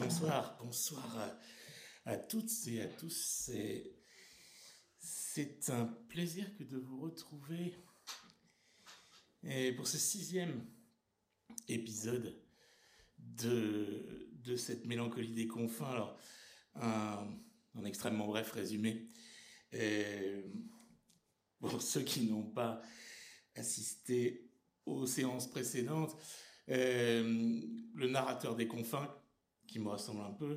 bonsoir à toutes et à tous. C'est un plaisir que de vous retrouver pour ce 6e épisode de cette mélancolie des confins. Alors, un extrêmement bref résumé. Pour ceux qui n'ont pas assisté aux séances précédentes, le narrateur des confins, qui me ressemble un peu,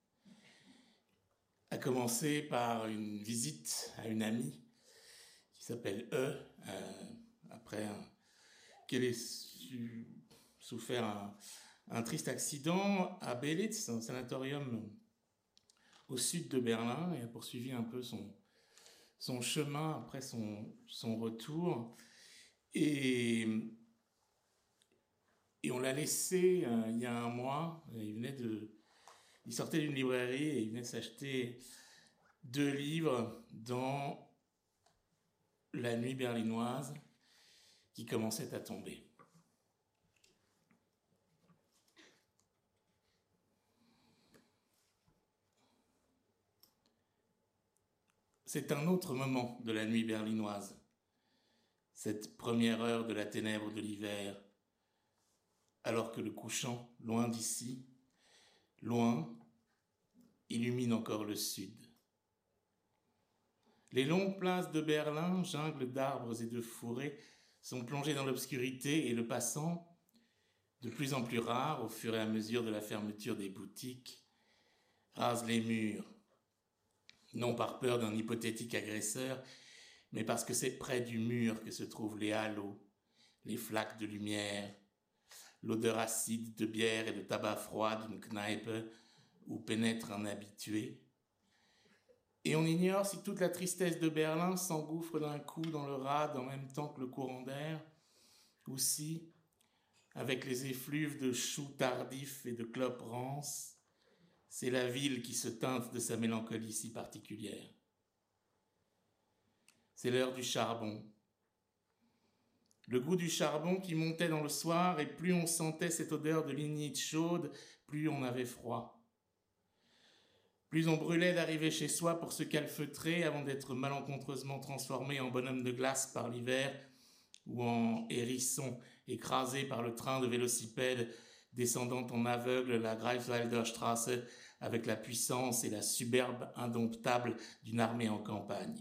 a commencé par une visite à une amie qui s'appelle après qu'elle ait souffert un triste accident à Belitz, un sanatorium au sud de Berlin, et a poursuivi un peu son chemin après son retour. Et on l'a laissé il y a un mois. Il sortait d'une librairie et il venait de s'acheter 2 livres dans la nuit berlinoise qui commençait à tomber. C'est un autre moment de la nuit berlinoise, cette première heure de la ténèbre de l'hiver, alors que le couchant, loin d'ici, loin, illumine encore le sud. Les longues places de Berlin, jungle d'arbres et de forêts, sont plongées dans l'obscurité et le passant, de plus en plus rare au fur et à mesure de la fermeture des boutiques, rase les murs, non par peur d'un hypothétique agresseur, mais parce que c'est près du mur que se trouvent les halos, les flaques de lumière, l'odeur acide de bière et de tabac froid d'une kneipe où pénètre un habitué. Et on ignore si toute la tristesse de Berlin s'engouffre d'un coup dans le rade en même temps que le courant d'air, ou si, avec les effluves de choux tardifs et de clopes rances, c'est la ville qui se teinte de sa mélancolie si particulière. C'est l'heure du charbon. Le goût du charbon qui montait dans le soir, et plus on sentait cette odeur de lignite chaude, plus on avait froid. Plus on brûlait d'arriver chez soi pour se calfeutrer avant d'être malencontreusement transformé en bonhomme de glace par l'hiver ou en hérisson écrasé par le train de vélocipède descendant en aveugle la Greifswalder Straße avec la puissance et la superbe indomptable d'une armée en campagne.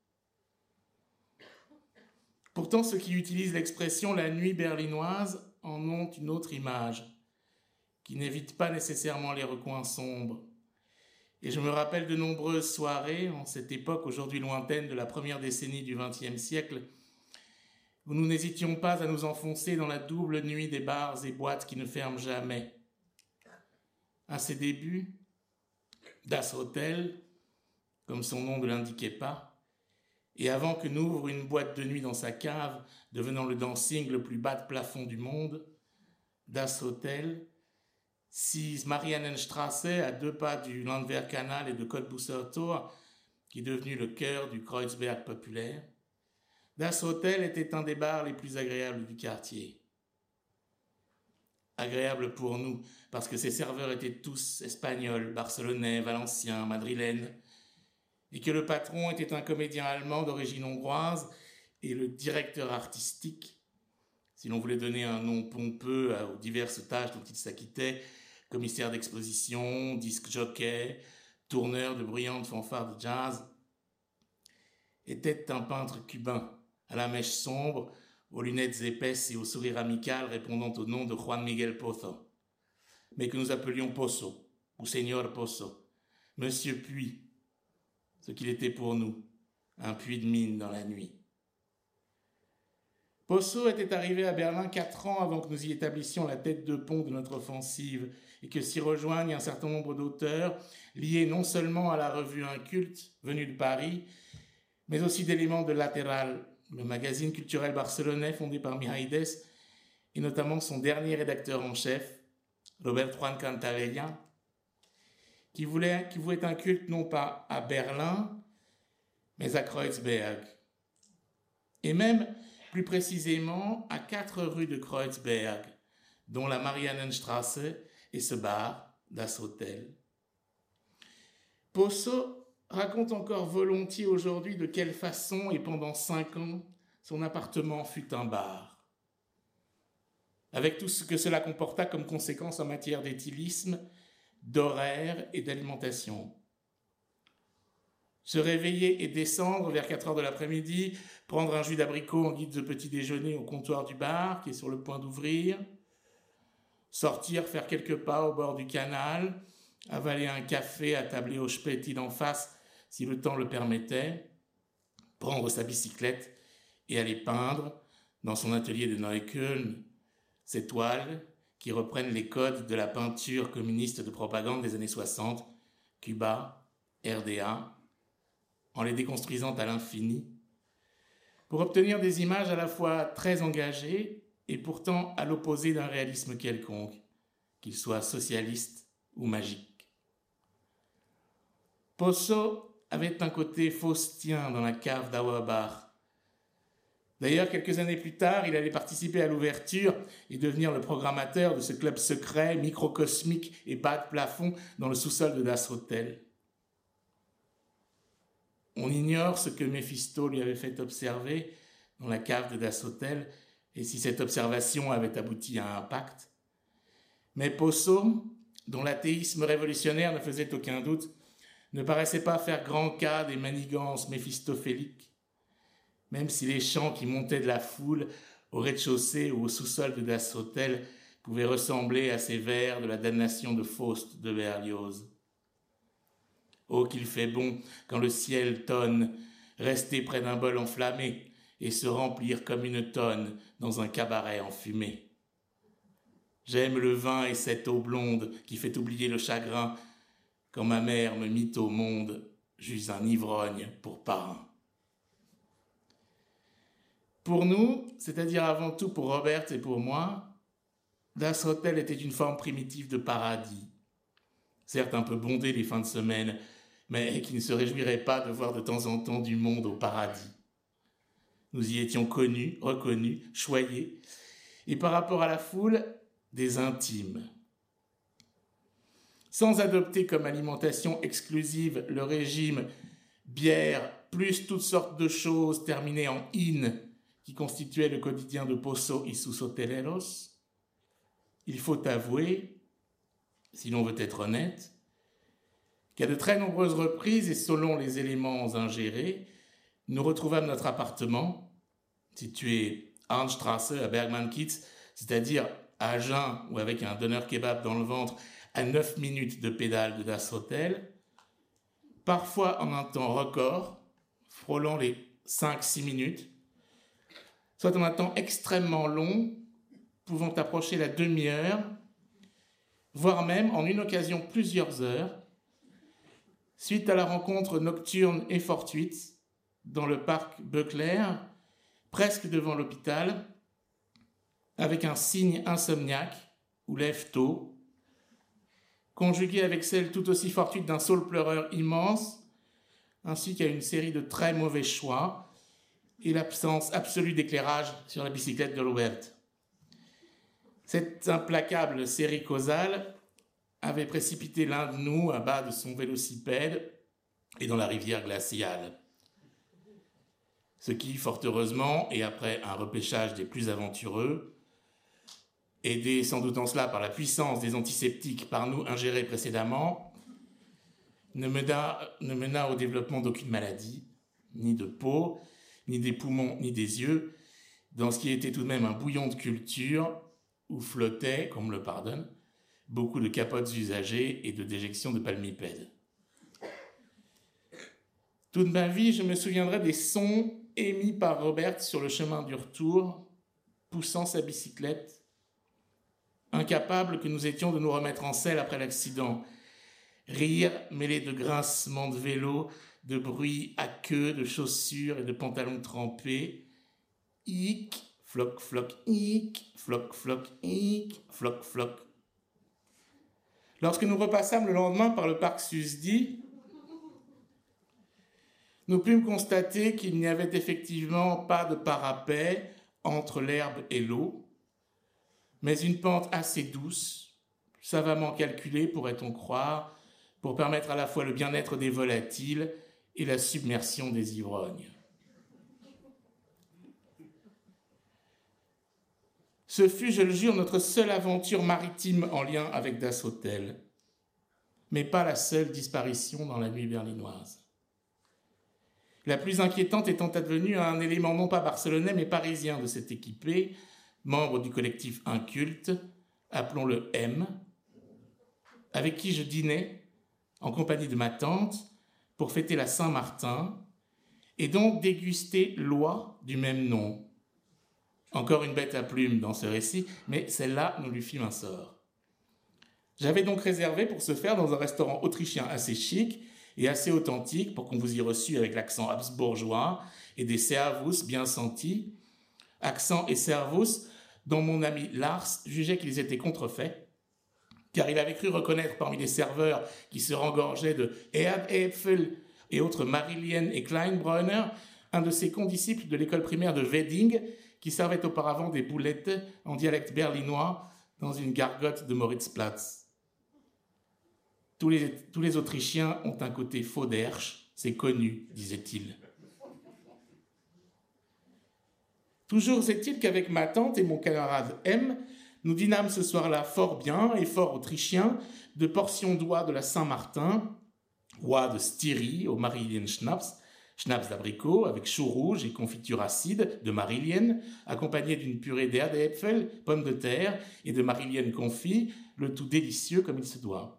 Pourtant, ceux qui utilisent l'expression « la nuit berlinoise » en ont une autre image, qui n'évite pas nécessairement les recoins sombres. Et je me rappelle de nombreuses soirées, en cette époque aujourd'hui lointaine de la première décennie du XXe siècle, où nous n'hésitions pas à nous enfoncer dans la double nuit des bars et boîtes qui ne ferment jamais. À ses débuts, Das Hotel, comme son nom ne l'indiquait pas, et avant que n'ouvre une boîte de nuit dans sa cave, devenant le dancing le plus bas de plafond du monde, Das Hotel, 6 Mariannenstraße, à 2 pas du Landwehrkanal et de Cottbusser Tor, qui est devenu le cœur du Kreuzberg populaire, Das Hotel était un des bars les plus agréables du quartier. Agréable pour nous, parce que ses serveurs étaient tous espagnols, barcelonais, valenciens, madrilènes, et que le patron était un comédien allemand d'origine hongroise et le directeur artistique, si l'on voulait donner un nom pompeux aux diverses tâches dont il s'acquittait, commissaire d'exposition, disque jockey, tourneur de bruyantes fanfares de jazz, était un peintre cubain, à la mèche sombre, aux lunettes épaisses et au sourire amical répondant au nom de Juan Miguel Pozo, mais que nous appelions Pozo, ou Señor Pozo, Monsieur Puy, ce qu'il était pour nous, un puits de mine dans la nuit. Pozo était arrivé à Berlin 4 ans avant que nous y établissions la tête de pont de notre offensive et que s'y rejoignent un certain nombre d'auteurs liés non seulement à la revue Inculte, venue de Paris, mais aussi d'éléments de Latéral, le magazine culturel barcelonais fondé par Miraides et notamment son dernier rédacteur en chef, Robert Juan Cantavella, qui vouait un culte non pas à Berlin, mais à Kreuzberg. Et même, plus précisément, à 4 rues de Kreuzberg, dont la Mariannenstraße et ce bar, d'Assotel. Posso raconte encore volontiers aujourd'hui de quelle façon et pendant 5 ans son appartement fut un bar, avec tout ce que cela comporta comme conséquence en matière d'éthylisme, d'horaire et d'alimentation. Se réveiller et descendre vers 4 heures de l'après-midi, prendre un jus d'abricot en guide de petit déjeuner au comptoir du bar qui est sur le point d'ouvrir, sortir, faire quelques pas au bord du canal, avaler un café attablé au Späti d'en face si le temps le permettait, prendre sa bicyclette et aller peindre dans son atelier de Neukölln ces toiles qui reprennent les codes de la peinture communiste de propagande des années 60, Cuba, RDA, en les déconstruisant à l'infini, pour obtenir des images à la fois très engagées et pourtant à l'opposé d'un réalisme quelconque, qu'il soit socialiste ou magique. Posso avait un côté faustien dans la cave d'Auerbach. D'ailleurs, quelques années plus tard, il allait participer à l'ouverture et devenir le programmateur de ce club secret, microcosmique et bas de plafond dans le sous-sol de Das Hotel. On ignore ce que Méphisto lui avait fait observer dans la cave de Das Hotel et si cette observation avait abouti à un pacte. Mais Posso, dont l'athéisme révolutionnaire ne faisait aucun doute, ne paraissait pas faire grand cas des manigances méphistophéliques, même si les chants qui montaient de la foule au rez-de-chaussée ou au sous-sol de Das Hotel pouvaient ressembler à ces vers de la damnation de Faust de Berlioz. Oh, qu'il fait bon quand le ciel tonne, rester près d'un bol enflammé et se remplir comme une tonne dans un cabaret enfumé. J'aime le vin et cette eau blonde qui fait oublier le chagrin. Quand ma mère me mit au monde, j'eus un ivrogne pour parrain. Pour nous, c'est-à-dire avant tout pour Robert et pour moi, Das Hotel était une forme primitive de paradis. Certes un peu bondé les fins de semaine, mais qui ne se réjouirait pas de voir de temps en temps du monde au paradis. Nous y étions connus, reconnus, choyés, et par rapport à la foule, des intimes. Sans adopter comme alimentation exclusive le régime bière plus toutes sortes de choses terminées en « in » qui constituait le quotidien de Posso y sus hoteleros, il faut avouer, si l'on veut être honnête, qu'à de très nombreuses reprises et selon les éléments ingérés, nous retrouvâmes notre appartement, situé Arnstrasse à Bergmann-Kiez, c'est-à-dire à jeun ou avec un doner kebab dans le ventre, à 9 minutes de pédale de Das Hotel, parfois en un temps record, frôlant les 5-6 minutes, soit en un temps extrêmement long, pouvant approcher la demi-heure, voire même en une occasion plusieurs heures, suite à la rencontre nocturne et fortuite dans le parc Böckler, presque devant l'hôpital, avec un signe insomniaque ou lève tôt, conjugué avec celle tout aussi fortuite d'un saule pleureur immense, ainsi qu'à une série de très mauvais choix et l'absence absolue d'éclairage sur la bicyclette de Robert. Cette implacable série causale avait précipité l'un de nous à bas de son vélocipède et dans la rivière glaciale. Ce qui, fort heureusement, et après un repêchage des plus aventureux, aidé sans doute en cela par la puissance des antiseptiques par nous ingérés précédemment, ne mena au développement d'aucune maladie, ni de peau, ni des poumons, ni des yeux, dans ce qui était tout de même un bouillon de culture où flottaient, qu'on me le pardonne, beaucoup de capotes usagées et de déjections de palmipèdes. Toute ma vie, je me souviendrai des sons émis par Robert sur le chemin du retour, poussant sa bicyclette, incapables que nous étions de nous remettre en selle après l'accident. Rire mêlé de grincements de vélo, de bruit à queue, de chaussures et de pantalons trempés. Hic, floc, floc, hic, floc, floc, hic, floc, floc. Lorsque nous repassâmes le lendemain par le parc Susdi, nous pûmes constater qu'il n'y avait effectivement pas de parapet entre l'herbe et l'eau, mais une pente assez douce, savamment calculé, pourrait-on croire, pour permettre à la fois le bien-être des volatiles et la submersion des ivrognes. Ce fut, je le jure, notre seule aventure maritime en lien avec Das Hotel, mais pas la seule disparition dans la nuit berlinoise. La plus inquiétante étant advenue à un élément non pas barcelonais mais parisien de cette équipée, membre du collectif Inculte, appelons-le M, avec qui je dînais en compagnie de ma tante pour fêter la Saint-Martin et donc déguster l'oie du même nom. Encore une bête à plumes dans ce récit, mais celle-là nous lui fîmes un sort. J'avais donc réservé pour ce faire dans un restaurant autrichien assez chic et assez authentique pour qu'on vous y reçût avec l'accent habsbourgeois et des servus bien sentis, accent et servus dont mon ami Lars jugeait qu'ils étaient contrefaits, car il avait cru reconnaître parmi les serveurs qui se rengorgeaient de Erdäpfel et autres Marillion et Kleinbräuner un de ses condisciples de l'école primaire de Wedding qui servait auparavant des boulettes en dialecte berlinois dans une gargote de Moritzplatz. Tous les Autrichiens ont un côté Fauderche, c'est connu, disait-il. Toujours est-il qu'avec ma tante et mon camarade M, nous dînâmes ce soir-là fort bien et fort autrichien de portions d'oie de la Saint-Martin, oie de Styrie au Marillion Schnaps, Schnaps d'abricot avec chou rouge et confiture acide de Marillion, accompagnée d'une purée d'Erdäpfel, pommes de terre et de Marillion confit, le tout délicieux comme il se doit.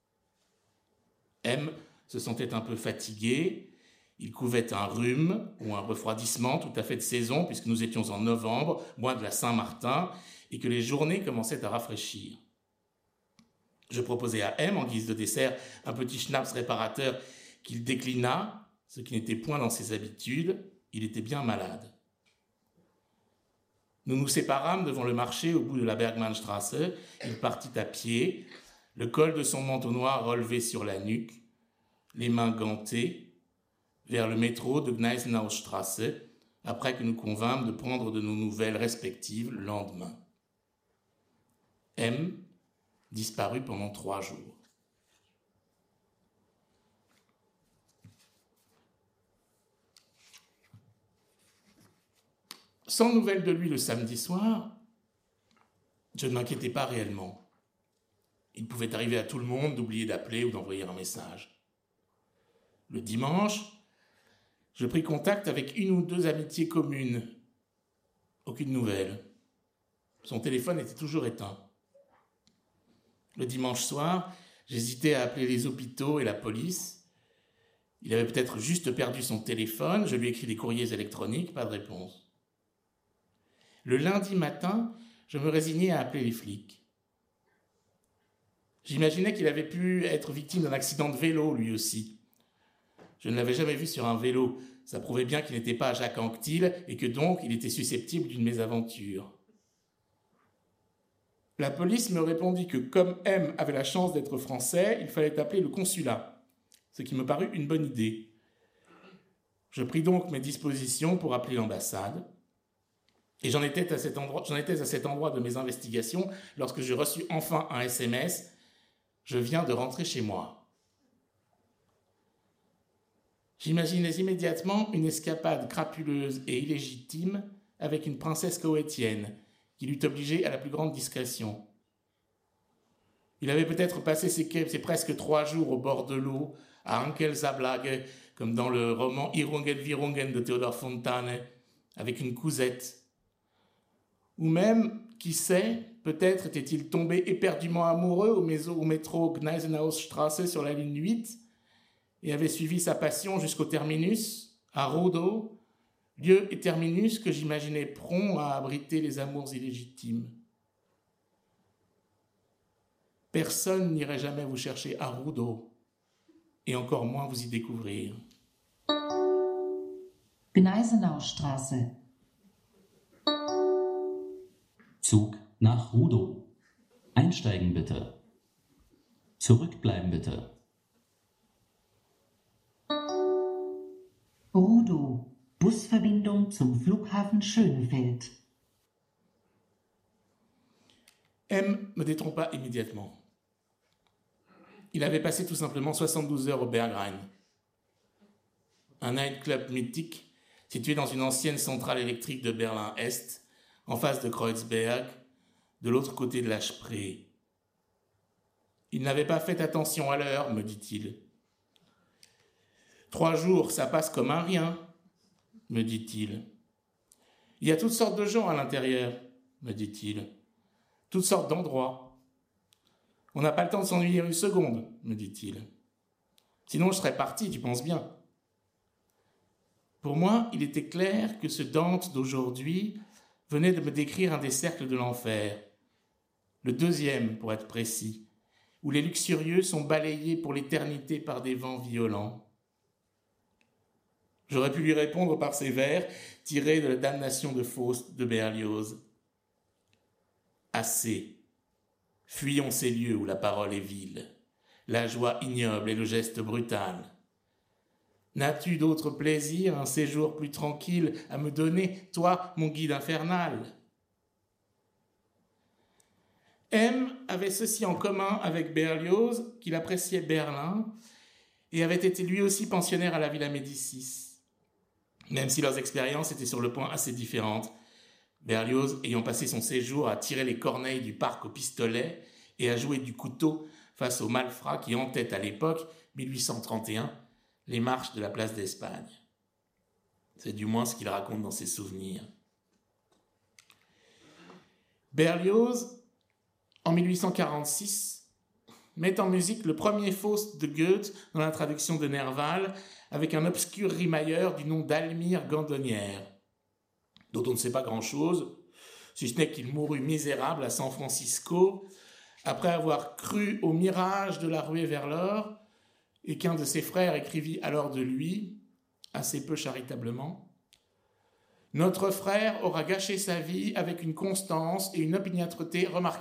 M se sentait un peu fatigué, il couvait un rhume ou un refroidissement tout à fait de saison puisque nous étions en novembre, mois de la Saint-Martin, et que les journées commençaient à rafraîchir. Je proposai à M, en guise de dessert, un petit schnapps réparateur qu'il déclina, ce qui n'était point dans ses habitudes, il était bien malade. Nous nous séparâmes devant le marché au bout de la Bergmannstrasse, il partit à pied, le col de son manteau noir relevé sur la nuque, les mains gantées, vers le métro de Gneisenaustrasse, après que nous convînmes de prendre de nos nouvelles respectives le lendemain. M disparut pendant 3 jours. Sans nouvelles de lui le samedi soir, je ne m'inquiétais pas réellement. Il pouvait arriver à tout le monde d'oublier d'appeler ou d'envoyer un message. Le dimanche, je pris contact avec 1 ou 2 amitiés communes. Aucune nouvelle. Son téléphone était toujours éteint. Le dimanche soir, j'hésitais à appeler les hôpitaux et la police. Il avait peut-être juste perdu son téléphone, je lui écris des courriers électroniques, pas de réponse. Le lundi matin, je me résignais à appeler les flics. J'imaginais qu'il avait pu être victime d'un accident de vélo, lui aussi. Je ne l'avais jamais vu sur un vélo. Ça prouvait bien qu'il n'était pas à Jacques Anquetil et que donc il était susceptible d'une mésaventure. La police me répondit que comme M avait la chance d'être français, il fallait appeler le consulat, ce qui me parut une bonne idée. Je pris donc mes dispositions pour appeler l'ambassade. Et j'en étais à cet endroit de mes investigations lorsque je reçus enfin un SMS. Je viens de rentrer chez moi. J'imaginais immédiatement une escapade crapuleuse et illégitime avec une princesse koweïtienne qui l'eût obligé à la plus grande discrétion. Il avait peut-être passé ses presque 3 jours au bord de l'eau, à Ankelsablage, comme dans le roman Irrungen de Theodor Fontane, avec une cousette. Ou même, qui sait, peut-être était-il tombé éperdument amoureux au métro Gneisenaustrasse sur la ligne 8 et avait suivi sa passion jusqu'au terminus, à Rudow, lieu et terminus que j'imaginais prompt à abriter les amours illégitimes. Personne n'irait jamais vous chercher à Rudow, et encore moins vous y découvrir. Gneisenaustrasse. Zug nach Rudow. Einsteigen bitte. Zurückbleiben bitte. Rudow. Busverbindung zum Flughafen Schönefeld. M me détrompa immédiatement. il avait passé tout simplement 72 heures au Berghain, un nightclub mythique situé dans une ancienne centrale électrique de Berlin-Est, en face de Kreuzberg, de l'autre côté de la Spree. Il n'avait pas fait attention à l'heure, me dit-il. 3 jours, ça passe comme un rien, me dit-il. Il y a toutes sortes de gens à l'intérieur, me dit-il. Toutes sortes d'endroits. On n'a pas le temps de s'ennuyer une seconde, me dit-il. Sinon, je serais parti, tu penses bien. Pour moi, il était clair que ce Dante d'aujourd'hui venait de me décrire un des cercles de l'enfer, le 2e pour être précis, où les luxurieux sont balayés pour l'éternité par des vents violents. J'aurais pu lui répondre par ces vers tirés de la damnation de Faust de Berlioz. Assez. Fuyons ces lieux où la parole est vile, la joie ignoble et le geste brutal. N'as-tu d'autre plaisir, un séjour plus tranquille à me donner, toi, mon guide infernal ? M avait ceci en commun avec Berlioz, qu'il appréciait Berlin et avait été lui aussi pensionnaire à la Villa Médicis. Même si leurs expériences étaient sur le point assez différentes, Berlioz ayant passé son séjour à tirer les corneilles du parc au pistolet et à jouer du couteau face aux malfrats qui hantaient à l'époque, 1831, les marches de la place d'Espagne. C'est du moins ce qu'il raconte dans ses souvenirs. Berlioz, en 1846, met en musique le premier Faust de Goethe dans la traduction de Nerval, avec un obscur rimailleur du nom d'Almire Gandonnière, dont on ne sait pas grand-chose, si ce n'est qu'il mourut misérable à San Francisco, après avoir cru au mirage de la ruée vers l'or, et qu'un de ses frères écrivit alors de lui, assez peu charitablement, « Notre frère aura gâché sa vie avec une constance et une opiniâtreté remarquables. »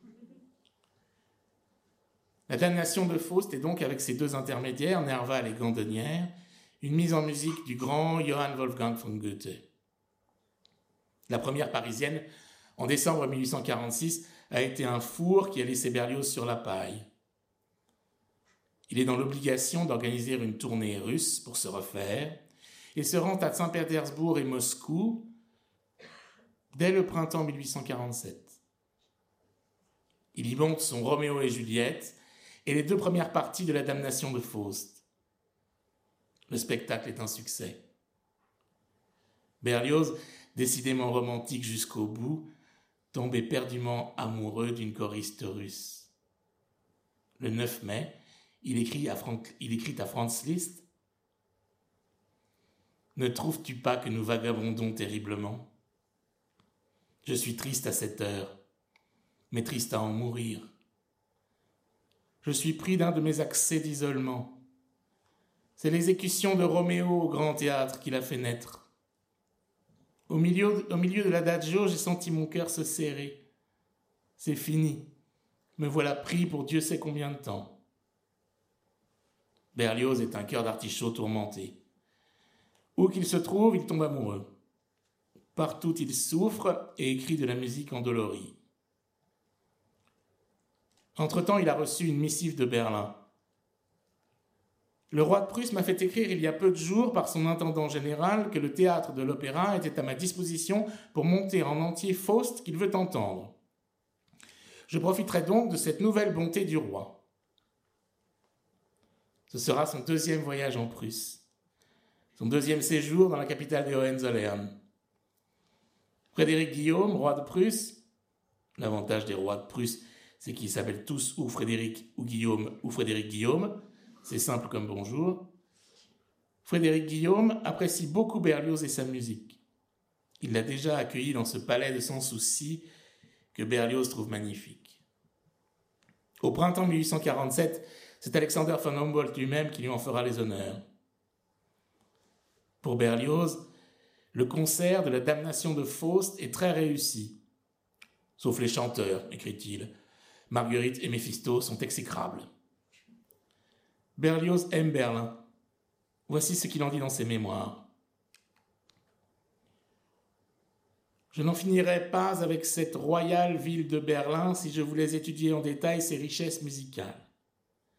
La damnation de Faust est donc, avec ses 2 intermédiaires, Nerval et Gandonnière, une mise en musique du grand Johann Wolfgang von Goethe. La première parisienne, en décembre 1846, a été un four qui a laissé Berlioz sur la paille. Il est dans l'obligation d'organiser une tournée russe pour se refaire et se rend à Saint-Pétersbourg et Moscou dès le printemps 1847. Il y monte son Roméo et Juliette et les 2 premières parties de la damnation de Faust. Le spectacle est un succès. Berlioz, décidément romantique jusqu'au bout, tombe éperdument amoureux d'une choriste russe. Le 9 mai, il écrit à Franz Liszt « Ne trouves-tu pas que nous vagabondons terriblement ? Je suis triste à cette heure, mais triste à en mourir. Je suis pris d'un de mes accès d'isolement. C'est l'exécution de Roméo au Grand Théâtre qui l'a fait naître. Au milieu de l'adagio, j'ai senti mon cœur se serrer. C'est fini. Me voilà pris pour Dieu sait combien de temps. » Berlioz est un cœur d'artichaut tourmenté. Où qu'il se trouve, il tombe amoureux. Partout, il souffre et écrit de la musique endolorie. Entre-temps, il a reçu une missive de Berlin. Le roi de Prusse m'a fait écrire il y a peu de jours par son intendant général que le théâtre de l'opéra était à ma disposition pour monter en entier Faust qu'il veut entendre. Je profiterai donc de cette nouvelle bonté du roi. Ce sera son 2e voyage en Prusse, son 2e séjour dans la capitale des Hohenzollern. Frédéric Guillaume, roi de Prusse, l'avantage des rois de Prusse, c'est qu'ils s'appellent tous ou Frédéric ou Guillaume ou Frédéric Guillaume, c'est simple comme bonjour. Frédéric Guillaume apprécie beaucoup Berlioz et sa musique. Il l'a déjà accueilli dans ce palais de Sans Souci que Berlioz trouve magnifique. Au printemps 1847, c'est Alexander von Humboldt lui-même qui lui en fera les honneurs. Pour Berlioz, le concert de la damnation de Faust est très réussi. Sauf les chanteurs, écrit-il. Marguerite et Méphisto sont exécrables. Berlioz aime Berlin. Voici ce qu'il en dit dans ses mémoires. Je n'en finirais pas avec cette royale ville de Berlin si je voulais étudier en détail ses richesses musicales.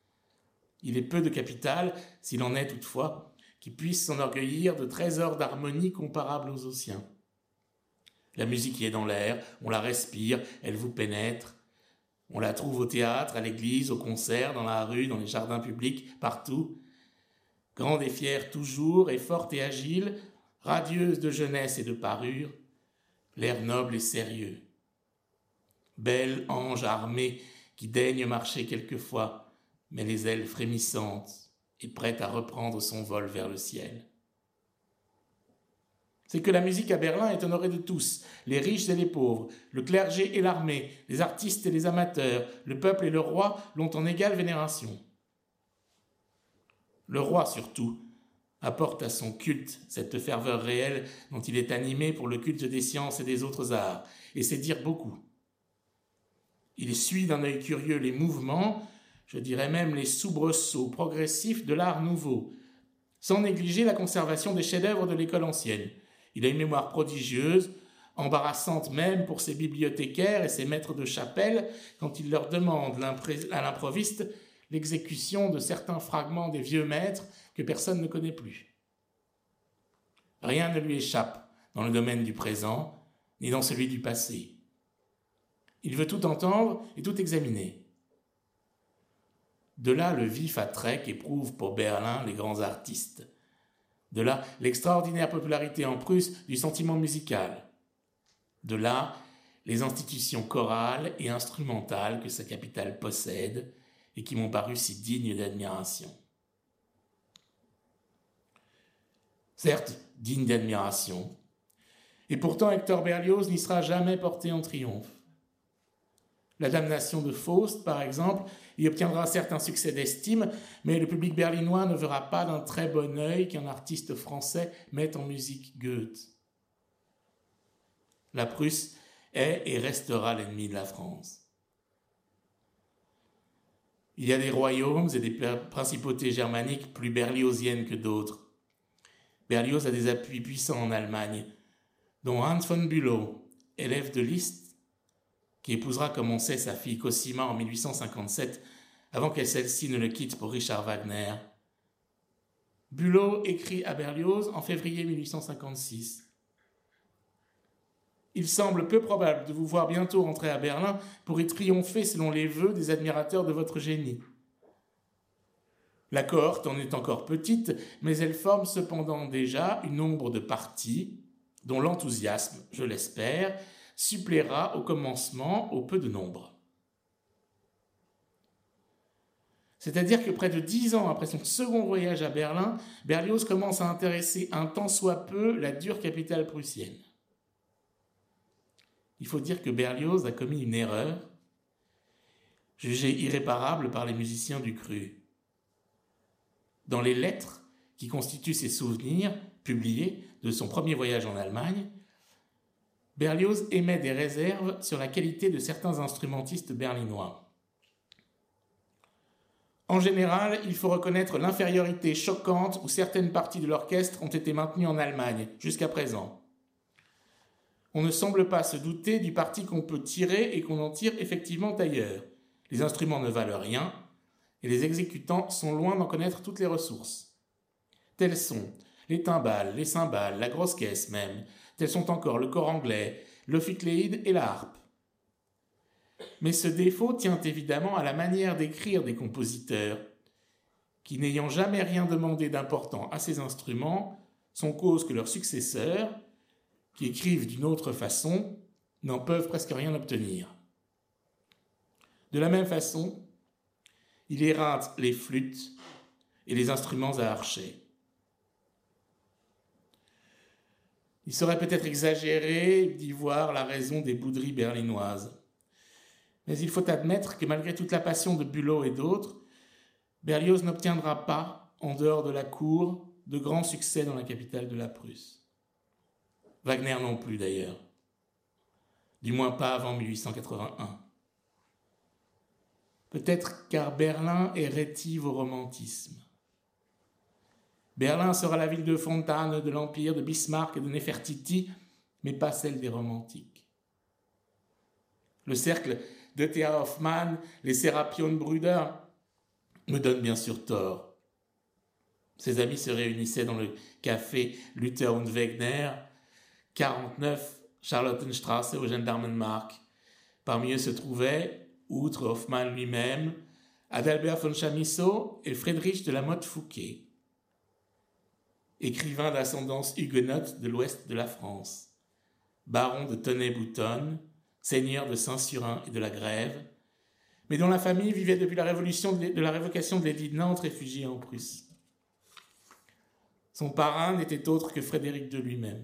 il est peu de capitales, s'il en est toutefois, qui puissent s'enorgueillir de trésors d'harmonie comparables aux ossiens. La musique y est dans l'air, on la respire, elle vous pénètre. On la trouve au théâtre, à l'église, au concert, dans la rue, dans les jardins publics, partout. Grande et fière toujours, et forte et agile, radieuse de jeunesse et de parure, l'air noble et sérieux. Bel ange armé qui daigne marcher quelquefois, mais les ailes frémissantes et prête à reprendre son vol vers le ciel. C'est que la musique à Berlin est honorée de tous, les riches et les pauvres, le clergé et l'armée, les artistes et les amateurs, le peuple et le roi l'ont en égale vénération. Le roi, surtout, apporte à son culte cette ferveur réelle dont il est animé pour le culte des sciences et des autres arts, et c'est dire beaucoup. Il suit d'un œil curieux les mouvements, je dirais même les soubresauts progressifs de l'art nouveau, sans négliger la conservation des chefs-d'œuvre de l'école ancienne. Il a une mémoire prodigieuse, embarrassante même pour ses bibliothécaires et ses maîtres de chapelle quand il leur demande à l'improviste l'exécution de certains fragments des vieux maîtres que personne ne connaît plus. Rien ne lui échappe dans le domaine du présent, ni dans celui du passé. Il veut tout entendre et tout examiner. De là le vif attrait qu'éprouvent pour Berlin les grands artistes. De là l'extraordinaire popularité en Prusse du sentiment musical. De là les institutions chorales et instrumentales que sa capitale possède et qui m'ont paru si dignes d'admiration. Certes, digne d'admiration, et pourtant Hector Berlioz n'y sera jamais porté en triomphe. La damnation de Faust, par exemple, y obtiendra certes un succès d'estime, mais le public berlinois ne verra pas d'un très bon œil qu'un artiste français mette en musique Goethe. La Prusse est et restera l'ennemi de la France. Il y a des royaumes et des principautés germaniques plus berliosiennes que d'autres. Berlioz a des appuis puissants en Allemagne, dont Hans von Bülow, élève de Liszt, qui épousera, comme on sait, sa fille Cosima en 1857, avant que celle-ci ne le quitte pour Richard Wagner. Bülow écrit à Berlioz en février 1856. Il semble peu probable de vous voir bientôt rentrer à Berlin pour y triompher selon les vœux des admirateurs de votre génie. La cohorte en est encore petite, mais elle forme cependant déjà une nombre de partis dont l'enthousiasme, je l'espère, suppléera au commencement au peu de nombre. C'est-à-dire que près de 10 ans après son second voyage à Berlin, Berlioz commence à intéresser un tant soit peu la dure capitale prussienne. Il faut dire que Berlioz a commis une erreur, jugée irréparable par les musiciens du cru. Dans les lettres qui constituent ses souvenirs, publiés de son premier voyage en Allemagne, Berlioz émet des réserves sur la qualité de certains instrumentistes berlinois. En général, il faut reconnaître l'infériorité choquante où certaines parties de l'orchestre ont été maintenues en Allemagne jusqu'à présent. On ne semble pas se douter du parti qu'on peut tirer et qu'on en tire effectivement ailleurs. Les instruments ne valent rien et les exécutants sont loin d'en connaître toutes les ressources. Tels sont les timbales, les cymbales, la grosse caisse même. Tels sont encore le cor anglais, l'ophicléide et la harpe. Mais ce défaut tient évidemment à la manière d'écrire des compositeurs, qui, n'ayant jamais rien demandé d'important à ces instruments, sont cause que leurs successeurs, qui écrivent d'une autre façon, n'en peuvent presque rien obtenir. De la même façon, il éreintent les flûtes et les instruments à archet. Il serait peut-être exagéré d'y voir la raison des bouderies berlinoises. Mais il faut admettre que malgré toute la passion de Bülow et d'autres, Berlioz n'obtiendra pas, en dehors de la cour, de grands succès dans la capitale de la Prusse. Wagner non plus d'ailleurs. Du moins pas avant 1881. Peut-être car Berlin est rétive au romantisme. Berlin sera la ville de Fontane, de l'Empire, de Bismarck et de Nefertiti, mais pas celle des romantiques. Le cercle de Thea Hoffmann, les Serapion Brüder, me donne bien sûr tort. Ses amis se réunissaient dans le café Luther und Wegner, 49 Charlottenstrasse au Gendarmenmarkt. Parmi eux se trouvaient, outre Hoffmann lui-même, Adalbert von Chamisso et Friedrich de la Motte Fouqué, écrivain d'ascendance huguenote de l'ouest de la France, baron de Tonnay-Boutonne, seigneur de Saint-Surin et de la Grève, mais dont la famille vivait depuis la révocation de l'édit de Nantes, réfugié en Prusse. Son parrain n'était autre que Frédéric de lui-même.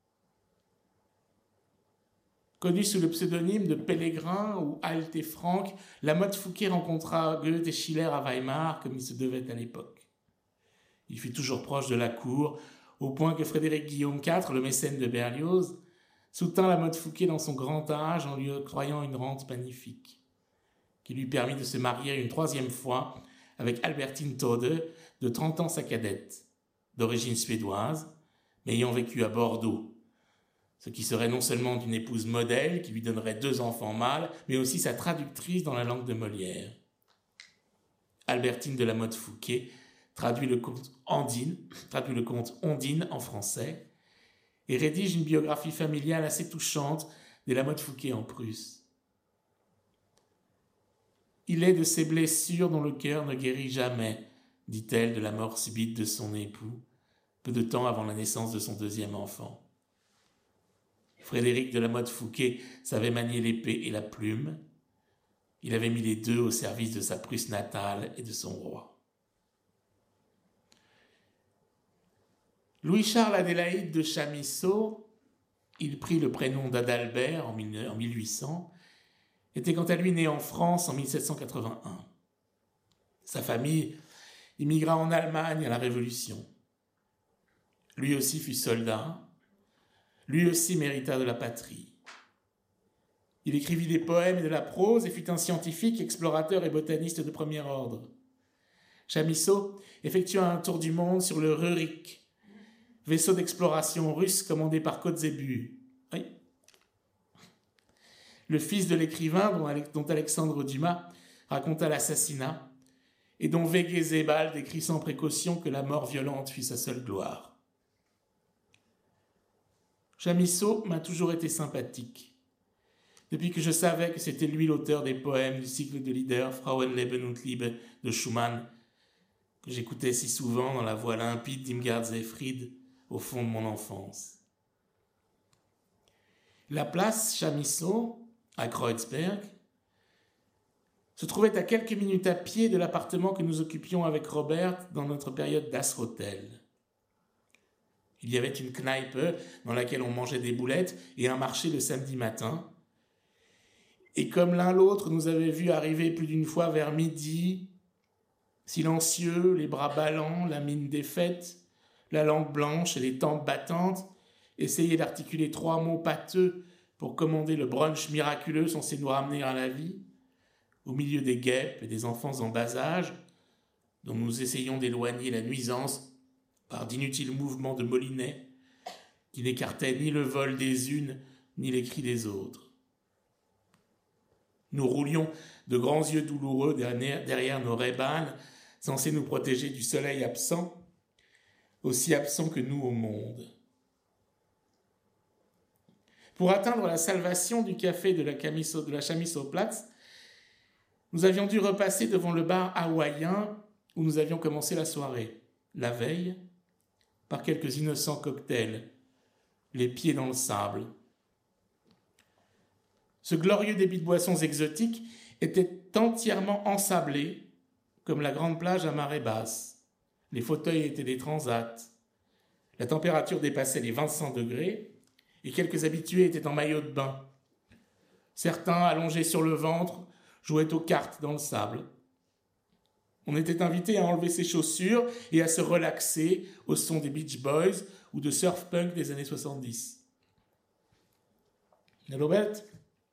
Connu sous le pseudonyme de Pélégrin ou Alt et Franck, la Motte Fouqué rencontra Goethe et Schiller à Weimar comme il se devait à l'époque. Il fut toujours proche de la cour, au point que Frédéric Guillaume IV, le mécène de Berlioz, soutint la Motte Fouqué dans son grand âge en lui octroyant une rente magnifique, qui lui permit de se marier une 3e fois avec Albertine Tode, de 30 ans sa cadette, d'origine suédoise, mais ayant vécu à Bordeaux, ce qui serait non seulement une épouse modèle qui lui donnerait 2 enfants mâles, mais aussi sa traductrice dans la langue de Molière. Albertine de la Motte Fouqué traduit le conte Ondine en français et rédige une biographie familiale assez touchante de la Motte Fouqué en Prusse. Il est de ces blessures dont le cœur ne guérit jamais, dit-elle de la mort subite de son époux, peu de temps avant la naissance de son 2e enfant. Frédéric de la Motte Fouqué savait manier l'épée et la plume. Il avait mis les deux au service de sa Prusse natale et de son roi. Louis-Charles Adélaïde de Chamisso, il prit le prénom d'Adalbert en 1800, était quant à lui né en France en 1781. Sa famille immigra en Allemagne à la Révolution. Lui aussi fut soldat. Lui aussi mérita de la patrie. Il écrivit des poèmes et de la prose et fut un scientifique, explorateur et botaniste de premier ordre. Chamisso effectua un tour du monde sur le Rurik, vaisseau d'exploration russe commandé par Kotzebue. Oui. Le fils de l'écrivain dont Alexandre Dumas raconta l'assassinat et dont Végé Zébal décrit sans précaution que la mort violente fut sa seule gloire. Chamisso m'a toujours été sympathique, depuis que je savais que c'était lui l'auteur des poèmes du cycle de Lieder Frauenleben und Liebe de Schumann, que j'écoutais si souvent dans la voix limpide d'Irmgard Seyfried au fond de mon enfance. La place Chamisso, à Kreuzberg, se trouvait à quelques minutes à pied de l'appartement que nous occupions avec Robert dans notre période d'Asrotel. Il y avait une kneipe dans laquelle on mangeait des boulettes et un marché le samedi matin. Et comme l'un l'autre nous avait vus arriver plus d'une fois vers midi, silencieux, les bras ballants, la mine défaite, la langue blanche et les tempes battantes, essayer d'articuler 3 mots pâteux pour commander le brunch miraculeux censé nous ramener à la vie, au milieu des guêpes et des enfants en bas âge, dont nous essayons d'éloigner la nuisance par d'inutiles mouvements de molinets qui n'écartaient ni le vol des unes ni les cris des autres. Nous roulions de grands yeux douloureux derrière nos Ray-Ban, censés nous protéger du soleil absent, aussi absent que nous au monde. Pour atteindre la salvation du café de la Chamisso-Platz, nous avions dû repasser devant le bar hawaïen où nous avions commencé la soirée, la veille, par quelques innocents cocktails, les pieds dans le sable. Ce glorieux débit de boissons exotiques était entièrement ensablé, comme la grande plage à marée basse. Les fauteuils étaient des transats. La température dépassait les 25 degrés et quelques habitués étaient en maillot de bain. Certains, allongés sur le ventre, jouaient aux cartes dans le sable. On était invité à enlever ses chaussures et à se relaxer au son des Beach Boys ou de surf punk des années 70. Robert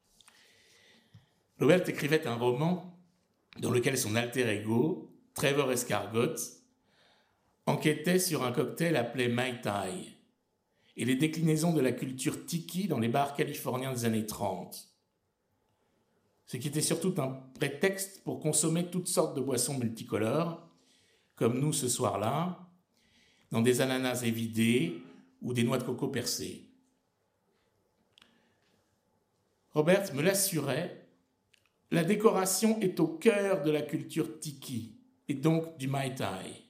écrivait un roman dans lequel son alter ego, Trevor Escargot, enquêtait sur un cocktail appelé Mai Tai et les déclinaisons de la culture tiki dans les bars californiens des années 30. ce qui était surtout un prétexte pour consommer toutes sortes de boissons multicolores, comme nous ce soir-là, dans des ananas évidés ou des noix de coco percées. Robert me l'assurait, la décoration est au cœur de la culture tiki et donc du Mai Tai.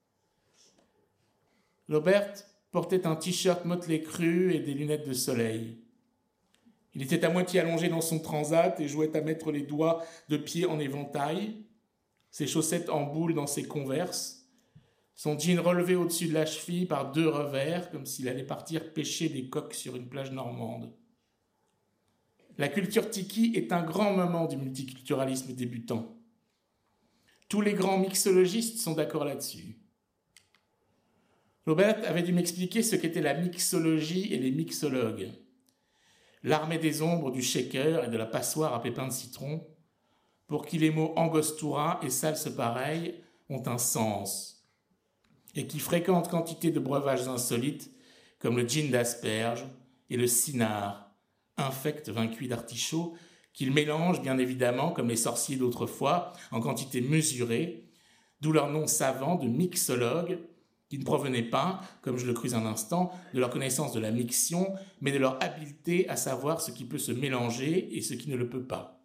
Robert portait un t-shirt Motley Crue et des lunettes de soleil. Il était à moitié allongé dans son transat et jouait à mettre les doigts de pied en éventail, ses chaussettes en boule dans ses Converse, son jean relevé au-dessus de la cheville par 2 revers, comme s'il allait partir pêcher des coqs sur une plage normande. La culture tiki est un grand moment du multiculturalisme débutant. Tous les grands mixologistes sont d'accord là-dessus. Robert avait dû m'expliquer ce qu'était la mixologie et les mixologues. L'armée des ombres du shaker et de la passoire à pépins de citron, pour qui les mots angostura et salse pareil ont un sens, et qui fréquentent quantité de breuvages insolites comme le gin d'asperge et le cinard, infect vin cuit d'artichaut, qu'ils mélangent bien évidemment, comme les sorciers d'autrefois, en quantité mesurée, d'où leur nom savant de mixologue, qui ne provenaient pas, comme je le crus un instant, de leur connaissance de la mixion, mais de leur habileté à savoir ce qui peut se mélanger et ce qui ne le peut pas.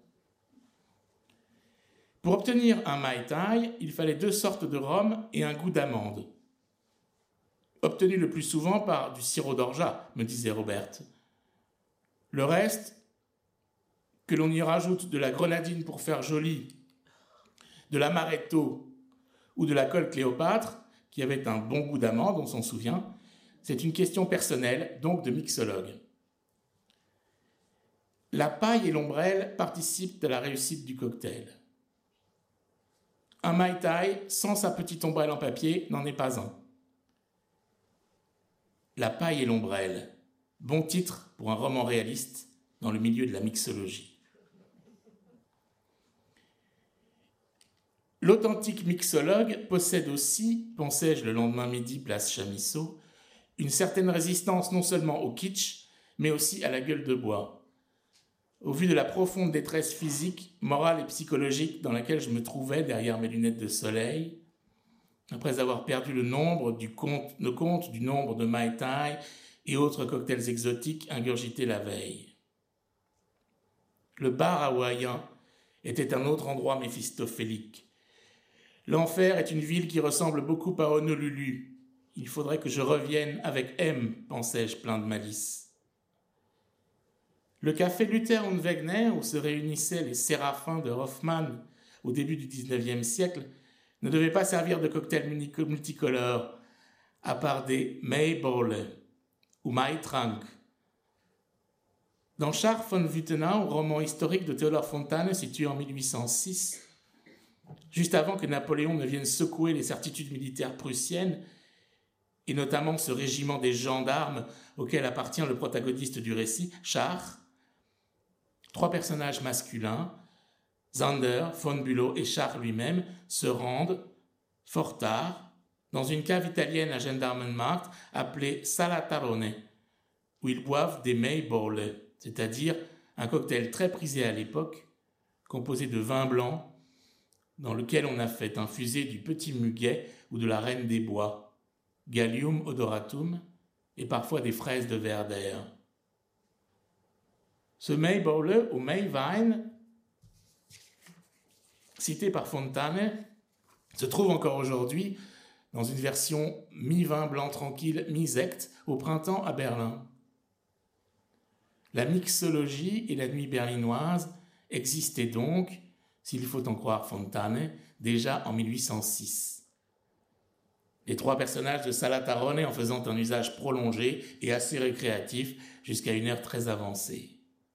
Pour obtenir un Mai Tai, il fallait 2 sortes de rhum et un goût d'amande. Obtenu le plus souvent par du sirop d'orgeat, me disait Robert. Le reste, que l'on y rajoute de la grenadine pour faire joli, de l'amaretto ou de la colle Cléopâtre, qui avait un bon goût d'amande, on s'en souvient, c'est une question personnelle, donc de mixologue. La paille et l'ombrelle participent à la réussite du cocktail. Un Mai Tai sans sa petite ombrelle en papier n'en est pas un. La paille et l'ombrelle, bon titre pour un roman réaliste dans le milieu de la mixologie. L'authentique mixologue possède aussi, pensais-je le lendemain midi, place Chamisso, une certaine résistance non seulement au kitsch, mais aussi à la gueule de bois. Au vu de la profonde détresse physique, morale et psychologique dans laquelle je me trouvais derrière mes lunettes de soleil, après avoir perdu le compte du nombre de Mai Tai et autres cocktails exotiques ingurgités la veille. Le bar hawaïen était un autre endroit méphistophélique. L'enfer est une ville qui ressemble beaucoup à Honolulu. Il faudrait que je revienne avec M, pensais-je plein de malice. Le café Luther und Wegner, où se réunissaient les séraphins de Hoffmann au début du XIXe siècle, ne devait pas servir de cocktail multicolore, à part des Maybolle ou Maitrank. Dans Charles von Wuthenau, roman historique de Theodor Fontane situé en 1806, juste avant que Napoléon ne vienne secouer les certitudes militaires prussiennes, et notamment ce régiment des gendarmes auquel appartient le protagoniste du récit, Char, 3 personnages masculins, Zander, von Bülow et Char lui-même, se rendent, fort tard, dans une cave italienne à Gendarmenmarkt appelée Sala Tarone, où ils boivent des Maybolle, c'est-à-dire un cocktail très prisé à l'époque, composé de vin blanc, dans lequel on a fait infuser du petit muguet ou de la reine des bois, Gallium odoratum, et parfois des fraises de Werder. Ce Maybolle ou Maywein, cité par Fontane, se trouve encore aujourd'hui dans une version mi-vin blanc tranquille, mi-sect, au printemps à Berlin. La mixologie et la nuit berlinoise existaient donc, s'il faut en croire Fontane, déjà en 1806. Les 3 personnages de Sala Tarone en faisant un usage prolongé et assez récréatif jusqu'à une heure très avancée.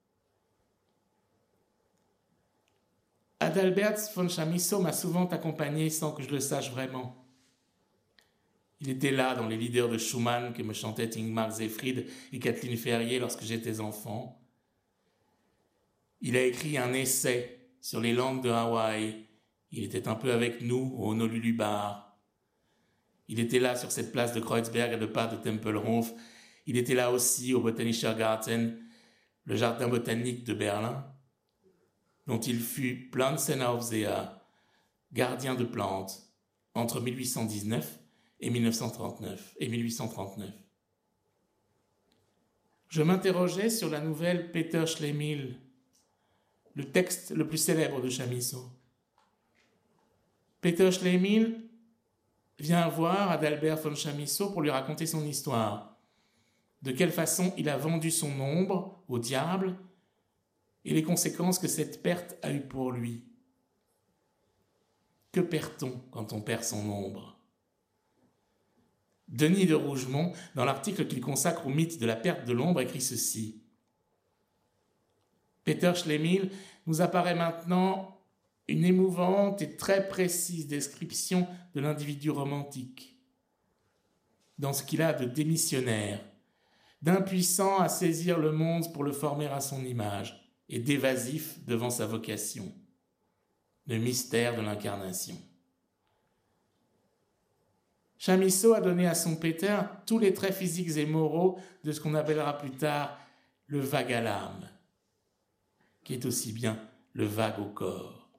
Adalbert von Chamisso m'a souvent accompagné sans que je le sache vraiment. Il était là dans les leaders de Schumann que me chantaient Ingmar Seyfried et Kathleen Ferrier lorsque j'étais enfant. Il a écrit un essai sur les langues de Hawaï. Il était un peu avec nous au Honolulu Bar. Il était là sur cette place de Kreuzberg à 2 pas de Tempelhof. Il était là aussi au Botanischer Garten, le jardin botanique de Berlin. dont il fut Pflanzenaufseher, gardien de plantes, entre 1819 et 1839. Je m'interrogeais sur la nouvelle Peter Schlemihl, le texte le plus célèbre de Chamisso. Peter Schlemihl vient voir Adalbert von Chamisso pour lui raconter son histoire, de quelle façon il a vendu son ombre au diable et les conséquences que cette perte a eues pour lui. Que perd-on quand on perd son ombre ? Denis de Rougemont, dans l'article qu'il consacre au mythe de la perte de l'ombre, écrit ceci. Peter Schlemihl nous apparaît maintenant une émouvante et très précise description de l'individu romantique, dans ce qu'il a de démissionnaire, d'impuissant à saisir le monde pour le former à son image, et d'évasif devant sa vocation, le mystère de l'incarnation. Chamisso a donné à son Peter tous les traits physiques et moraux de ce qu'on appellera plus tard le vague à l'âme, qui est aussi bien le vague au corps.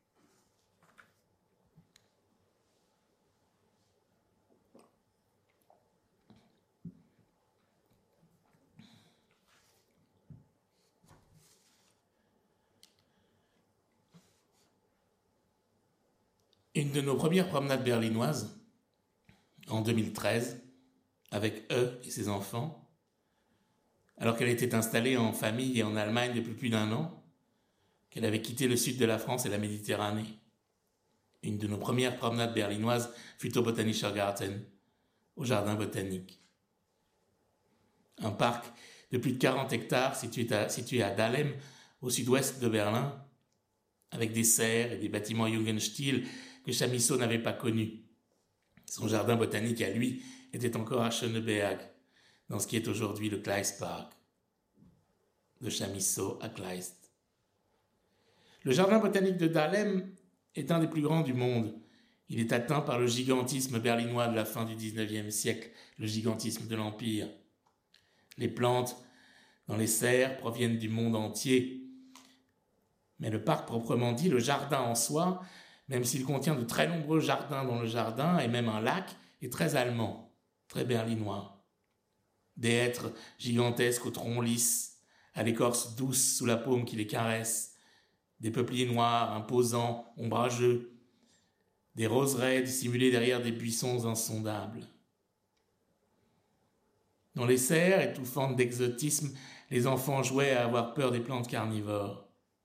Une de nos premières promenades berlinoises, en 2013, avec E et ses enfants, alors qu'elle était installée en famille et en Allemagne depuis plus d'1 an, qu'elle avait quitté le sud de la France et la Méditerranée. Une de nos premières promenades berlinoises fut au Botanischer Garten, au jardin botanique. Un parc de plus de 40 hectares situé à Dahlem, au sud-ouest de Berlin, avec des serres et des bâtiments Jugendstil que Chamisso n'avait pas connus. Son jardin botanique à lui était encore à Schöneberg, dans ce qui est aujourd'hui le Kleistpark, de Chamisso à Kleist. Le jardin botanique de Dahlem est un des plus grands du monde. Il est atteint par le gigantisme berlinois de la fin du XIXe siècle, le gigantisme de l'Empire. Les plantes dans les serres proviennent du monde entier. Mais le parc proprement dit, le jardin en soi, même s'il contient de très nombreux jardins dans le jardin et même un lac, est très allemand, très berlinois. Des hêtres gigantesques aux troncs lisses, à l'écorce douce sous la paume qui les caresse, des peupliers noirs, imposants, ombrageux, des roseraies dissimulées derrière des buissons insondables. Dans les serres, étouffantes d'exotisme, les enfants jouaient à avoir peur des plantes carnivores.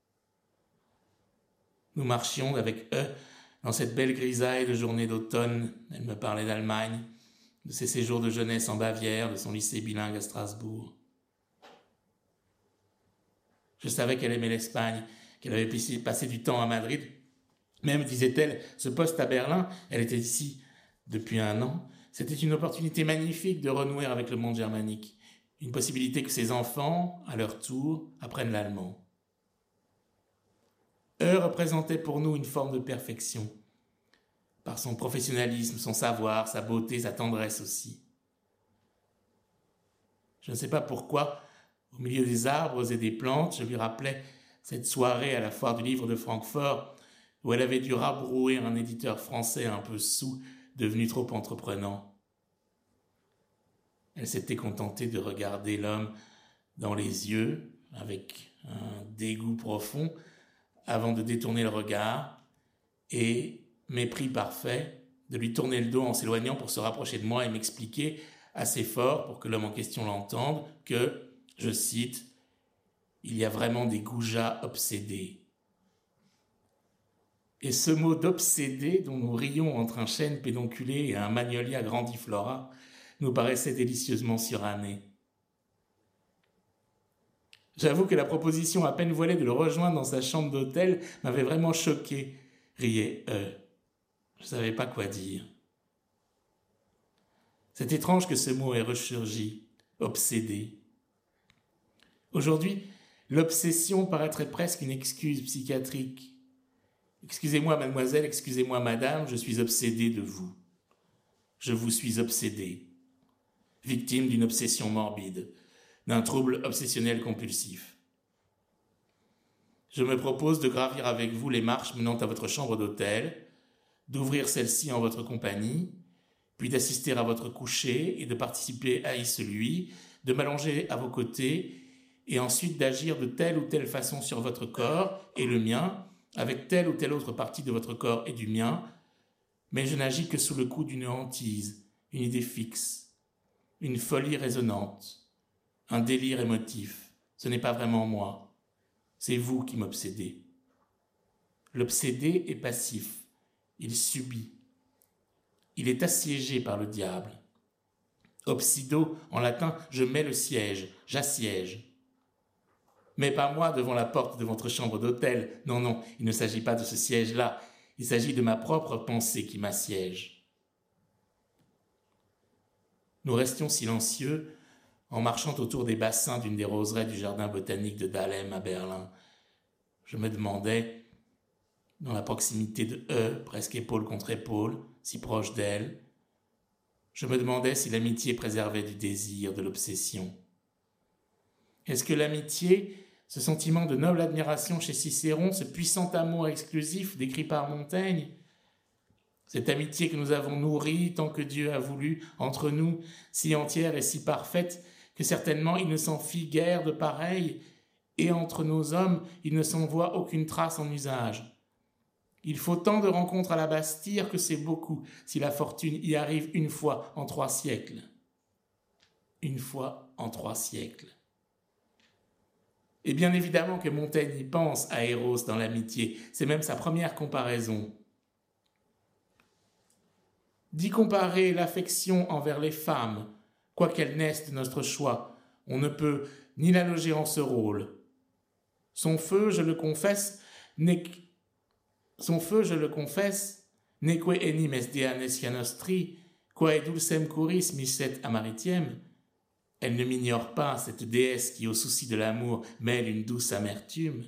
Nous marchions avec eux dans cette belle grisaille de journée d'automne. Elle me parlait d'Allemagne, de ses séjours de jeunesse en Bavière, de son lycée bilingue à Strasbourg. Je savais qu'elle aimait l'Espagne, qu'elle avait passé du temps à Madrid. Même, disait-elle, ce poste à Berlin, elle était ici depuis 1 an, c'était une opportunité magnifique de renouer avec le monde germanique, une possibilité que ses enfants, à leur tour, apprennent l'allemand. Représentait pour nous une forme de perfection, par son professionnalisme, son savoir, sa beauté, sa tendresse aussi. Je ne sais pas pourquoi, au milieu des arbres et des plantes, je lui rappelais cette soirée à la foire du livre de Francfort, où elle avait dû rabrouer un éditeur français un peu saoul, devenu trop entreprenant. Elle s'était contentée de regarder l'homme dans les yeux, avec un dégoût profond, avant de détourner le regard, et, mépris parfait, de lui tourner le dos en s'éloignant pour se rapprocher de moi et m'expliquer, assez fort pour que l'homme en question l'entende, que, je cite, « il y a vraiment des goujats obsédés ». Et ce mot d'obsédé, dont nous rions entre un chêne pédonculé et un magnolia grandiflora, nous paraissait délicieusement suranné. J'avoue que la proposition à peine voilée de le rejoindre dans sa chambre d'hôtel m'avait vraiment choqué, riait E. Je ne savais pas quoi dire. C'est étrange que ce mot ait ressurgi, obsédé. Aujourd'hui, l'obsession paraîtrait presque une excuse psychiatrique. Excusez-moi, mademoiselle, excusez-moi, madame, je suis obsédé de vous. Je vous suis obsédé. Victime d'une obsession morbide, d'un trouble obsessionnel compulsif. Je me propose de gravir avec vous les marches menant à votre chambre d'hôtel, d'ouvrir celle-ci en votre compagnie, puis d'assister à votre coucher et de participer à celui, de m'allonger à vos côtés et ensuite d'agir de telle ou telle façon sur votre corps et le mien, avec telle ou telle autre partie de votre corps et du mien, mais je n'agis que sous le coup d'une hantise, une idée fixe, une folie résonnante, un délire émotif. Ce n'est pas vraiment moi, c'est vous qui m'obsédez. L'obsédé est passif, il subit. Il est assiégé par le diable. Obsido, en latin, je mets le siège, j'assiège. Mais pas moi devant la porte de votre chambre d'hôtel. Non, non, il ne s'agit pas de ce siège-là. Il s'agit de ma propre pensée qui m'assiège. Nous restions silencieux en marchant autour des bassins d'une des roseraies du jardin botanique de Dahlem à Berlin. Je me demandais, dans la proximité de eux, presque épaule contre épaule, si proche d'elle, je me demandais si l'amitié préservait du désir, de l'obsession. Est-ce que l'amitié, ce sentiment de noble admiration chez Cicéron, ce puissant amour exclusif décrit par Montaigne, cette amitié que nous avons nourrie tant que Dieu a voulu, entre nous, si entière et si parfaite, que certainement il ne s'en fit guère de pareil, et entre nos hommes, il ne s'en voit aucune trace en usage. Il faut tant de rencontres à la Bastille que c'est beaucoup, si la fortune y arrive une fois en 3 siècles. Une fois en 3 siècles. Et bien évidemment que Montaigne y pense à Eros dans l'amitié, c'est même sa première comparaison. D'y comparer l'affection envers les femmes, quoiqu'elle naisse de notre choix, on ne peut ni la loger en ce rôle. Son feu, je le confesse, neque enim est Dianesia nostri, quae dulcem curis misset amaritiem. Elle ne m'ignore pas, cette déesse qui, au souci de l'amour, mêle une douce amertume.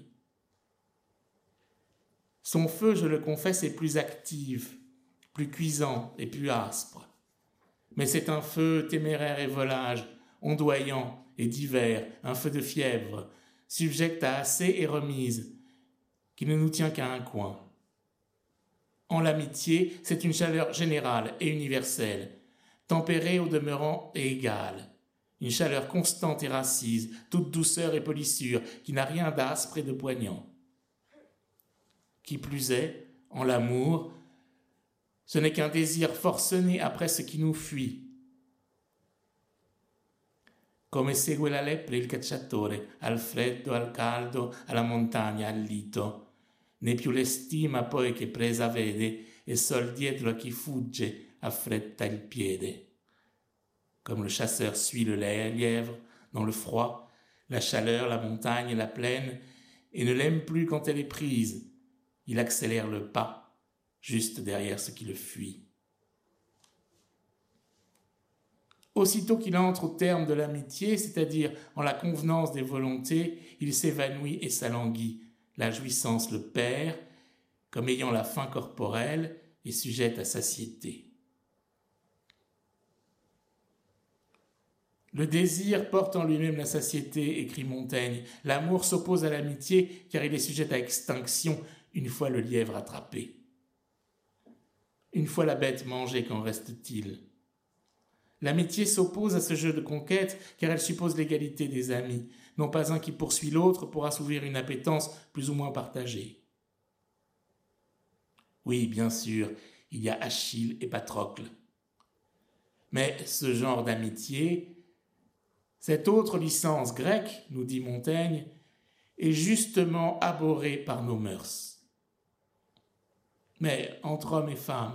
Son feu, je le confesse, est plus actif, plus cuisant et plus aspre. Mais c'est un feu téméraire et volage, ondoyant et divers, un feu de fièvre, subject à assez et remise, qui ne nous tient qu'à un coin. En l'amitié, c'est une chaleur générale et universelle, tempérée au demeurant et égale, une chaleur constante et racise, toute douceur et polissure, qui n'a rien d'aspre et de poignant. Qui plus est, en l'amour, ce n'est qu'un désir forcené après ce qui nous fuit. Come segue la lepre il cacciatore, al freddo, al caldo, alla montagna, al lito. Né più l'estima poi che presa vede, e sol dietro a chi fugge affretta il piede. Comme le chasseur suit le lièvre dans le froid, la chaleur, la montagne, la plaine, et ne l'aime plus quand elle est prise. Il accélère le pas, juste derrière ce qui le fuit. Aussitôt qu'il entre au terme de l'amitié, c'est-à-dire en la convenance des volontés, il s'évanouit et s'alanguit. La jouissance le perd, comme ayant la faim corporelle et sujette à satiété. Le désir porte en lui-même la satiété, écrit Montaigne. L'amour s'oppose à l'amitié car il est sujet à extinction une fois le lièvre attrapé. Une fois la bête mangée, qu'en reste-t-il ? L'amitié s'oppose à ce jeu de conquête car elle suppose l'égalité des amis, non pas un qui poursuit l'autre pour assouvir une appétence plus ou moins partagée. Oui, bien sûr, il y a Achille et Patrocle. Mais ce genre d'amitié, cette autre licence grecque, nous dit Montaigne, est justement abhorrée par nos mœurs. Mais entre hommes et femmes,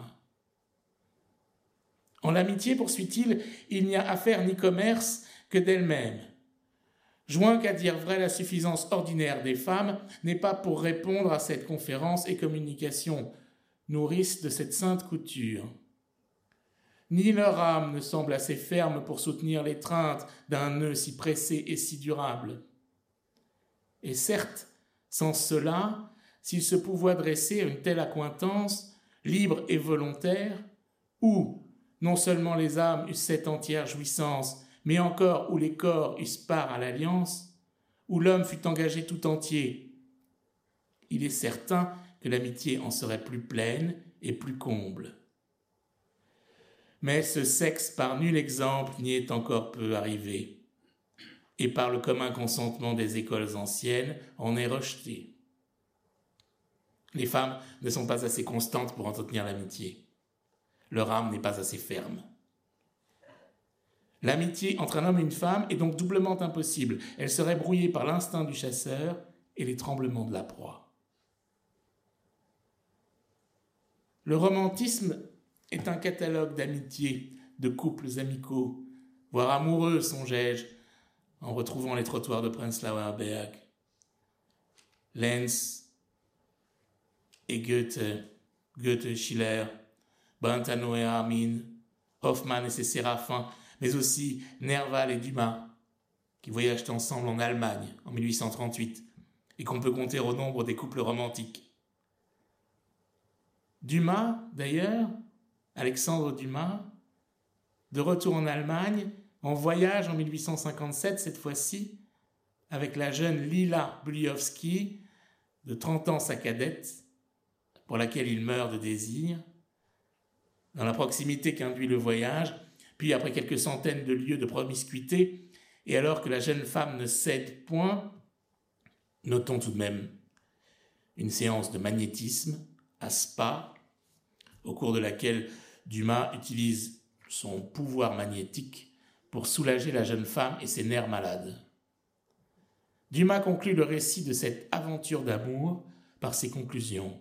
en l'amitié, poursuit-il, il n'y a affaire ni commerce que d'elle-même. Joint qu'à dire vrai, la suffisance ordinaire des femmes n'est pas pour répondre à cette conférence et communication, nourrice de cette sainte couture. Ni leur âme ne semble assez ferme pour soutenir l'étreinte d'un nœud si pressé et si durable. Et certes, sans cela, s'il se pouvait dresser une telle accointance, libre et volontaire, où non seulement les âmes eussent cette entière jouissance, mais encore où les corps eussent part à l'alliance, où l'homme fut engagé tout entier, il est certain que l'amitié en serait plus pleine et plus comble. Mais ce sexe par nul exemple n'y est encore peu arrivé, et par le commun consentement des écoles anciennes, on est rejeté. Les femmes ne sont pas assez constantes pour entretenir l'amitié. Leur âme n'est pas assez ferme. L'amitié entre un homme et une femme est donc doublement impossible. Elle serait brouillée par l'instinct du chasseur et les tremblements de la proie. Le romantisme est un catalogue d'amitié, de couples amicaux, voire amoureux, songeais-je, en retrouvant les trottoirs de Prenzlauer Berg. Lenz et Goethe, Schiller, Brentano et Armin, Hoffmann et ses séraphins, mais aussi Nerval et Dumas, qui voyagent ensemble en Allemagne en 1838 et qu'on peut compter au nombre des couples romantiques. Dumas, d'ailleurs, Alexandre Dumas, de retour en Allemagne, en voyage en 1857, cette fois-ci, avec la jeune Lila Buliowski, de 30 ans sa cadette, pour laquelle il meurt de désir. Dans la proximité qu'induit le voyage, puis après quelques centaines de lieues de promiscuité, et alors que la jeune femme ne cède point, notons tout de même une séance de magnétisme à Spa, au cours de laquelle Dumas utilise son pouvoir magnétique pour soulager la jeune femme et ses nerfs malades. Dumas conclut le récit de cette aventure d'amour par ses conclusions.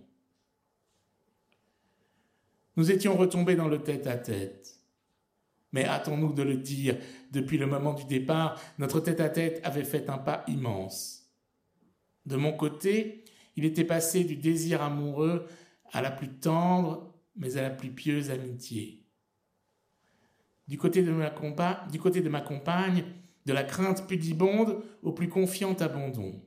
Nous étions retombés dans le tête-à-tête. Mais hâtons-nous de le dire, depuis le moment du départ, notre tête-à-tête avait fait un pas immense. De mon côté, il était passé du désir amoureux à la plus tendre, mais à la plus pieuse amitié. Du côté de ma compagne, de la crainte pudibonde au plus confiant abandon.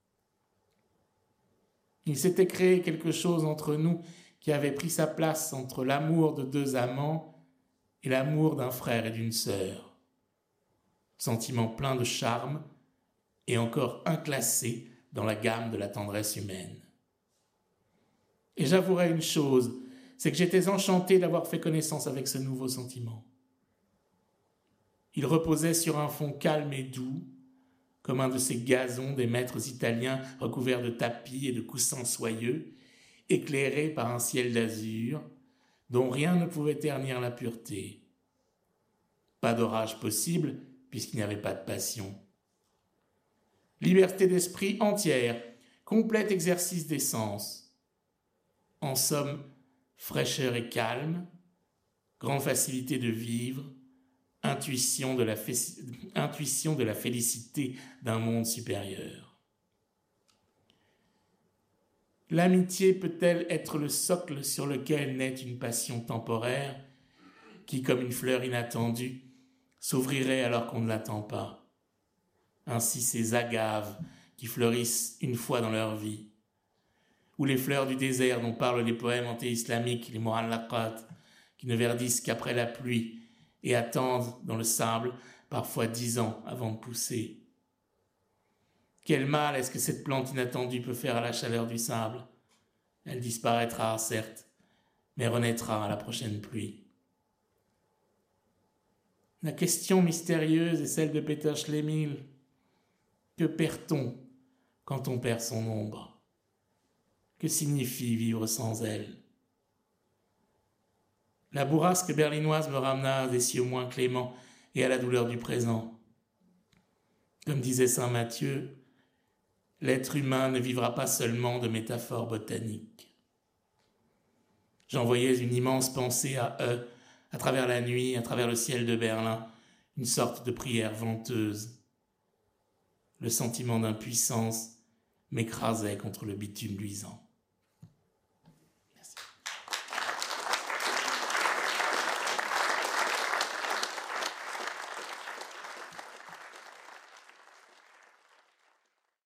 Il s'était créé quelque chose entre nous qui avait pris sa place entre l'amour de deux amants et l'amour d'un frère et d'une sœur. Sentiment plein de charme et encore inclassé dans la gamme de la tendresse humaine. Et j'avouerai une chose, c'est que j'étais enchanté d'avoir fait connaissance avec ce nouveau sentiment. Il reposait sur un fond calme et doux, comme un de ces gazons des maîtres italiens recouverts de tapis et de coussins soyeux, éclairés par un ciel d'azur, dont rien ne pouvait ternir la pureté. Pas d'orage possible, puisqu'il n'y avait pas de passion. Liberté d'esprit entière, complet exercice des sens. En somme, fraîcheur et calme, grande facilité de vivre, intuition de la félicité d'un monde supérieur. L'amitié peut-elle être le socle sur lequel naît une passion temporaire qui, comme une fleur inattendue, s'ouvrirait alors qu'on ne l'attend pas? Ainsi ces agaves qui fleurissent une fois dans leur vie, ou les fleurs du désert dont parlent les poèmes anti-islamiques, les Mu'allaqat, qui ne verdissent qu'après la pluie et attendent dans le sable parfois 10 ans avant de pousser. Quel mal est-ce que cette plante inattendue peut faire à la chaleur du sable? Elle disparaîtra, certes, mais renaîtra à la prochaine pluie. La question mystérieuse est celle de Peter Schlemihl. Que perd-on quand on perd son ombre? Que signifie vivre sans elle? La bourrasque berlinoise me ramena à des cieux moins cléments et à la douleur du présent. Comme disait saint Matthieu, l'être humain ne vivra pas seulement de métaphores botaniques. J'envoyais une immense pensée à eux, à travers la nuit, à travers le ciel de Berlin, une sorte de prière venteuse. Le sentiment d'impuissance m'écrasait contre le bitume luisant.